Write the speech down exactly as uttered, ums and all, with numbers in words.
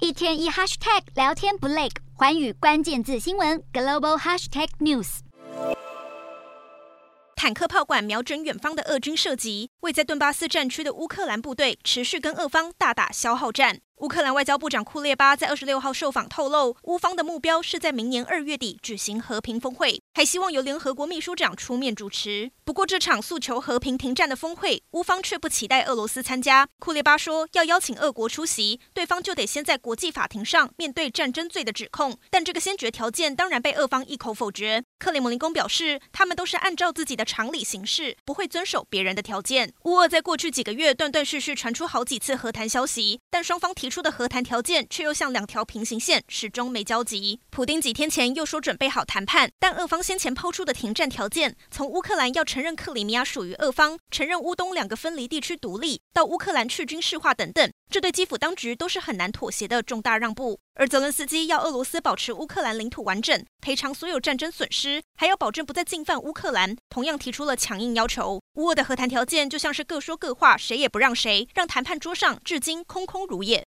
一天一 hashtag 聊天不累，寰宇关键字新闻 global hashtag news。 坦克炮管瞄准远方的俄军射击，位在顿巴斯战区的乌克兰部队持续跟俄方大打消耗战。乌克兰外交部长库列巴在二十六号受访透露，乌方的目标是在明年二月底举行和平峰会，还希望由联合国秘书长出面主持。不过，这场诉求和平停战的峰会，乌方却不期待俄罗斯参加。库列巴说，要邀请俄国出席，对方就得先在国际法庭上面对战争罪的指控，但这个先决条件当然被俄方一口否决。克里姆林宫表示，他们都是按照自己的常理行事，不会遵守别人的条件。乌俄在过去几个月断断续续传出好几次和谈消息，但双方提出的和谈条件却又像两条平行线，始终没交集。普丁几天前又说准备好谈判，但俄方先前抛出的停战条件，从乌克兰要承认克里米亚属于俄方，承认乌东两个分离地区独立，到乌克兰去军事化等等，这对基辅当局都是很难妥协的重大让步。而泽伦斯基要俄罗斯保持乌克兰领土完整，赔偿所有战争损失，还要保证不再进犯乌克兰，同样提出了强硬要求。乌俄的和谈条件就像是各说各话，谁也不让谁，让谈判桌上至今空空如也。